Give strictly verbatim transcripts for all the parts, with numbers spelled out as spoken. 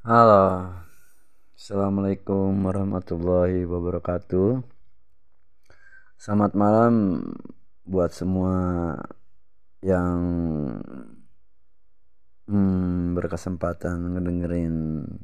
Halo, Assalamualaikum warahmatullahi wabarakatuh. Selamat malam buat semua yang hmm, berkesempatan ngedengerin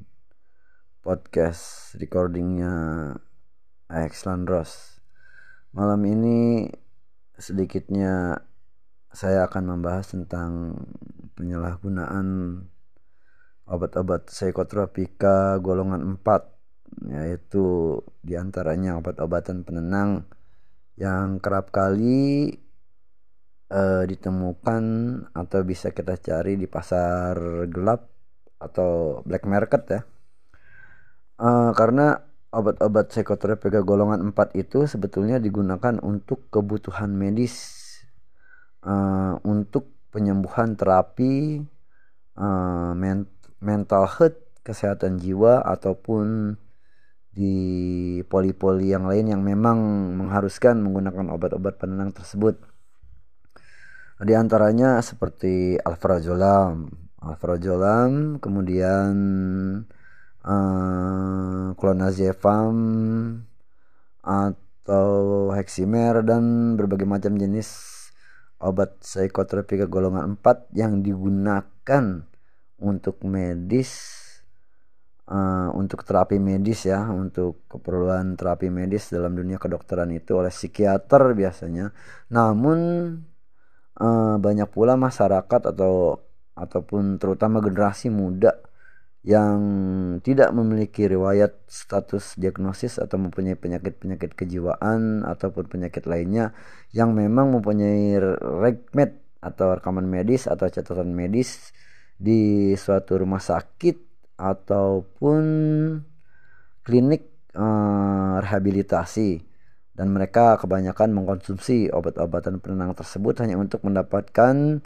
podcast recordingnya Alex Landros. Malam ini sedikitnya saya akan membahas tentang penyalahgunaan obat-obat psikotropika golongan empat, yaitu diantaranya obat-obatan penenang yang kerap kali eh, ditemukan atau bisa kita cari di pasar gelap atau black market ya. Eh, karena obat-obat psikotropika golongan empat itu sebetulnya digunakan untuk kebutuhan medis, eh, untuk penyembuhan terapi uh, men- mental health, kesehatan jiwa, ataupun di poli-poli yang lain yang memang mengharuskan menggunakan obat-obat penenang tersebut. Di antaranya seperti alprazolam, alprazolam, kemudian uh, clonazepam atau heximer dan berbagai macam jenis obat psikotropika golongan empat yang digunakan untuk medis, uh, untuk terapi medis ya, untuk keperluan terapi medis dalam dunia kedokteran itu oleh psikiater biasanya. Namun uh, banyak pula masyarakat atau ataupun terutama generasi muda yang tidak memiliki riwayat status diagnosis atau mempunyai penyakit-penyakit kejiwaan ataupun penyakit lainnya yang memang mempunyai rekmed atau rekaman medis atau catatan medis di suatu rumah sakit ataupun klinik eh, rehabilitasi, dan mereka kebanyakan mengkonsumsi obat-obatan penenang tersebut hanya untuk mendapatkan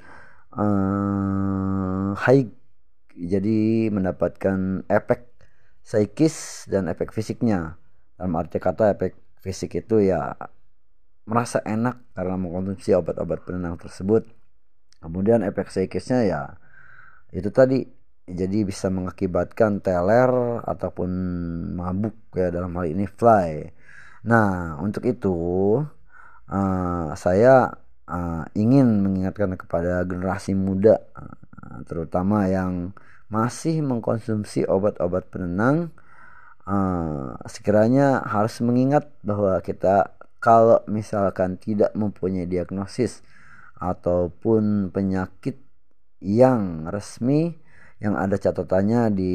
eh, high, jadi mendapatkan efek psikis dan efek fisiknya. Dalam arti kata efek fisik itu ya merasa enak karena mengkonsumsi obat-obat penenang tersebut. Kemudian efek psikisnya ya itu tadi, jadi bisa mengakibatkan teler ataupun mabuk ya, dalam hal ini fly. Nah, untuk itu uh, saya uh, ingin mengingatkan kepada generasi muda, uh, terutama yang masih mengkonsumsi obat-obat penenang, uh, sekiranya harus mengingat bahwa kita kalau misalkan tidak mempunyai diagnosis ataupun penyakit yang resmi yang ada catatannya di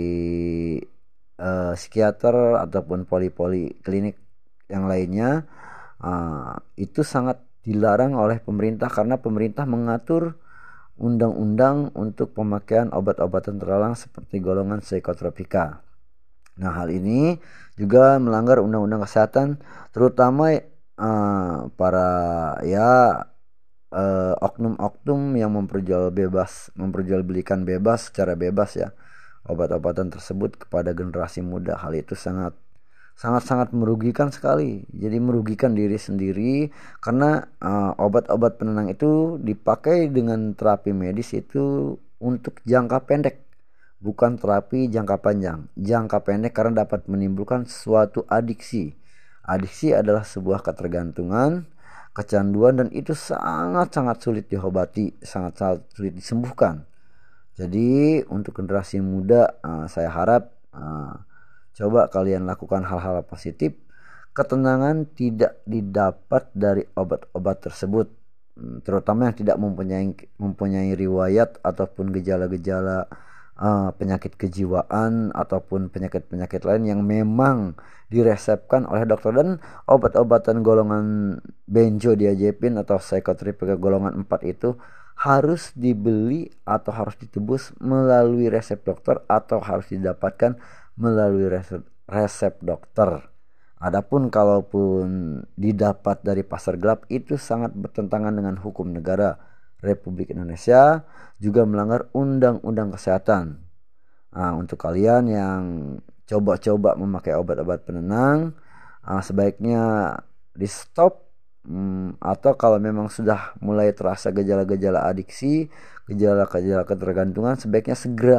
uh, psikiater ataupun poli-poli klinik yang lainnya, uh, itu sangat dilarang oleh pemerintah karena pemerintah mengatur undang-undang untuk pemakaian obat-obatan terlarang seperti golongan psikotropika. Nah, hal ini juga melanggar undang-undang kesehatan, terutama uh, para ya uh, oknum-oknum yang memperjual bebas, memperjualbelikan bebas secara bebas ya obat-obatan tersebut kepada generasi muda. Hal itu sangat sangat-sangat merugikan sekali. Jadi merugikan diri sendiri karena uh, obat-obat penenang itu dipakai dengan terapi medis itu untuk jangka pendek, bukan terapi jangka panjang. Jangka pendek karena dapat menimbulkan suatu adiksi. Adiksi adalah sebuah ketergantungan, kecanduan, dan itu sangat-sangat sulit diobati, sangat-sangat sulit disembuhkan. Jadi untuk generasi muda, uh, saya harap uh, coba kalian lakukan hal-hal positif. Ketenangan tidak didapat dari obat-obat tersebut, terutama yang tidak mempunyai mempunyai riwayat ataupun gejala-gejala uh, penyakit kejiwaan ataupun penyakit-penyakit lain yang memang diresepkan oleh dokter. Dan obat-obatan golongan benzodiazepin atau psikotropika golongan empat itu harus dibeli atau harus ditebus melalui resep dokter atau harus didapatkan melalui resep, resep dokter. Adapun kalaupun didapat dari pasar gelap itu sangat bertentangan dengan hukum negara Republik Indonesia, juga melanggar undang-undang kesehatan. Nah, untuk kalian yang coba-coba memakai obat-obat penenang, uh, sebaiknya di stop, hmm, atau kalau memang sudah mulai terasa gejala-gejala adiksi, gejala-gejala ketergantungan, sebaiknya segera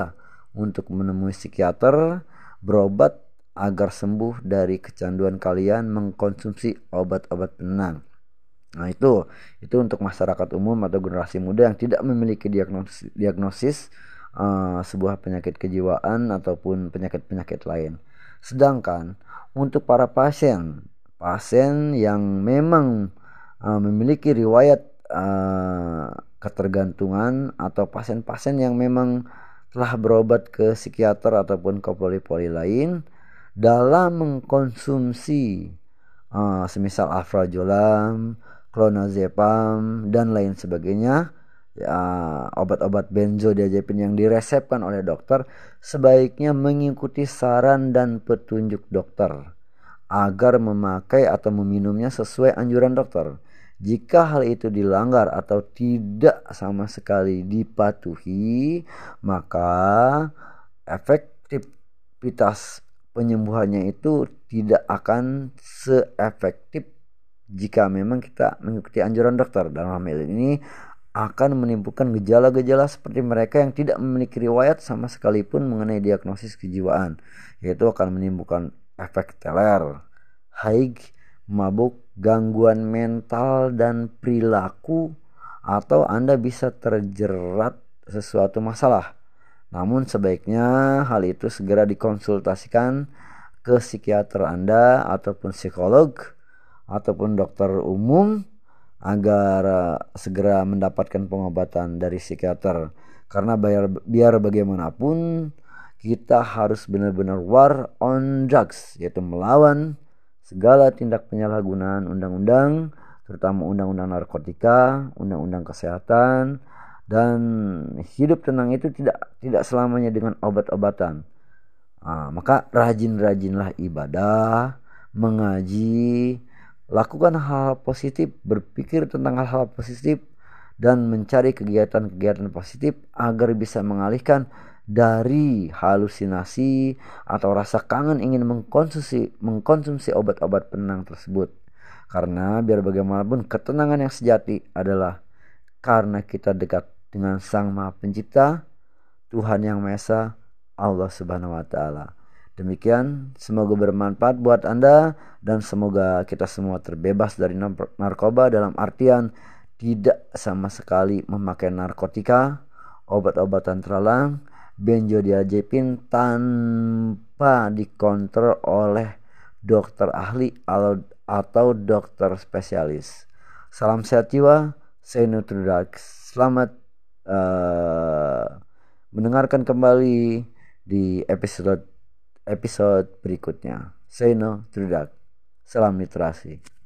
untuk menemui psikiater, berobat agar sembuh dari kecanduan kalian mengkonsumsi obat-obat penenang. Nah itu itu untuk masyarakat umum atau generasi muda yang tidak memiliki diagnosis, diagnosis uh, sebuah penyakit kejiwaan ataupun penyakit-penyakit lain. Sedangkan untuk para pasien, pasien yang memang uh, memiliki riwayat uh, ketergantungan atau pasien-pasien yang memang telah berobat ke psikiater ataupun ke poli-poli lain dalam mengkonsumsi uh, semisal alprazolam, clonazepam dan lain sebagainya, ya, obat-obat benzodiazepin yang diresepkan oleh dokter, sebaiknya mengikuti saran dan petunjuk dokter agar memakai atau meminumnya sesuai anjuran dokter. Jika hal itu dilanggar atau tidak sama sekali dipatuhi, maka efektivitas penyembuhannya itu tidak akan seefektif jika memang kita mengikuti anjuran dokter. Dalam hal ini akan menimbulkan gejala-gejala seperti mereka yang tidak memiliki riwayat sama sekalipun mengenai diagnosis kejiwaan, yaitu akan menimbulkan efek teler, haig, mabuk, gangguan mental dan perilaku, atau Anda bisa terjerat sesuatu masalah. Namun sebaiknya hal itu segera dikonsultasikan ke psikiater Anda ataupun psikolog ataupun dokter umum agar uh, segera mendapatkan pengobatan dari psikiater. Karena biar, biar bagaimanapun kita harus benar-benar war on drugs, yaitu melawan segala tindak penyalahgunaan undang-undang, terutama undang-undang narkotika, undang-undang kesehatan, dan hidup tenang itu tidak tidak selamanya dengan obat-obatan. Nah, maka rajin-rajinlah ibadah, mengaji, lakukan hal positif, berpikir tentang hal-hal positif, dan mencari kegiatan-kegiatan positif agar bisa mengalihkan dari halusinasi atau rasa kangen ingin mengkonsumsi mengkonsumsi obat-obat penenang tersebut. Karena biar bagaimanapun ketenangan yang sejati adalah karena kita dekat dengan Sang Maha Pencipta, Tuhan Yang Maha Esa, Allah Subhanahu wa taala. Demikian, semoga bermanfaat buat Anda dan semoga kita semua terbebas dari narkoba, dalam artian tidak sama sekali memakai narkotika, obat-obatan terlarang, benzodiazepin tanpa dikontrol oleh dokter ahli atau dokter spesialis. Salam sehat jiwa, say no to drugs. Selamat uh, mendengarkan kembali di episode episode berikutnya. Say no to drugs. Salam literasi.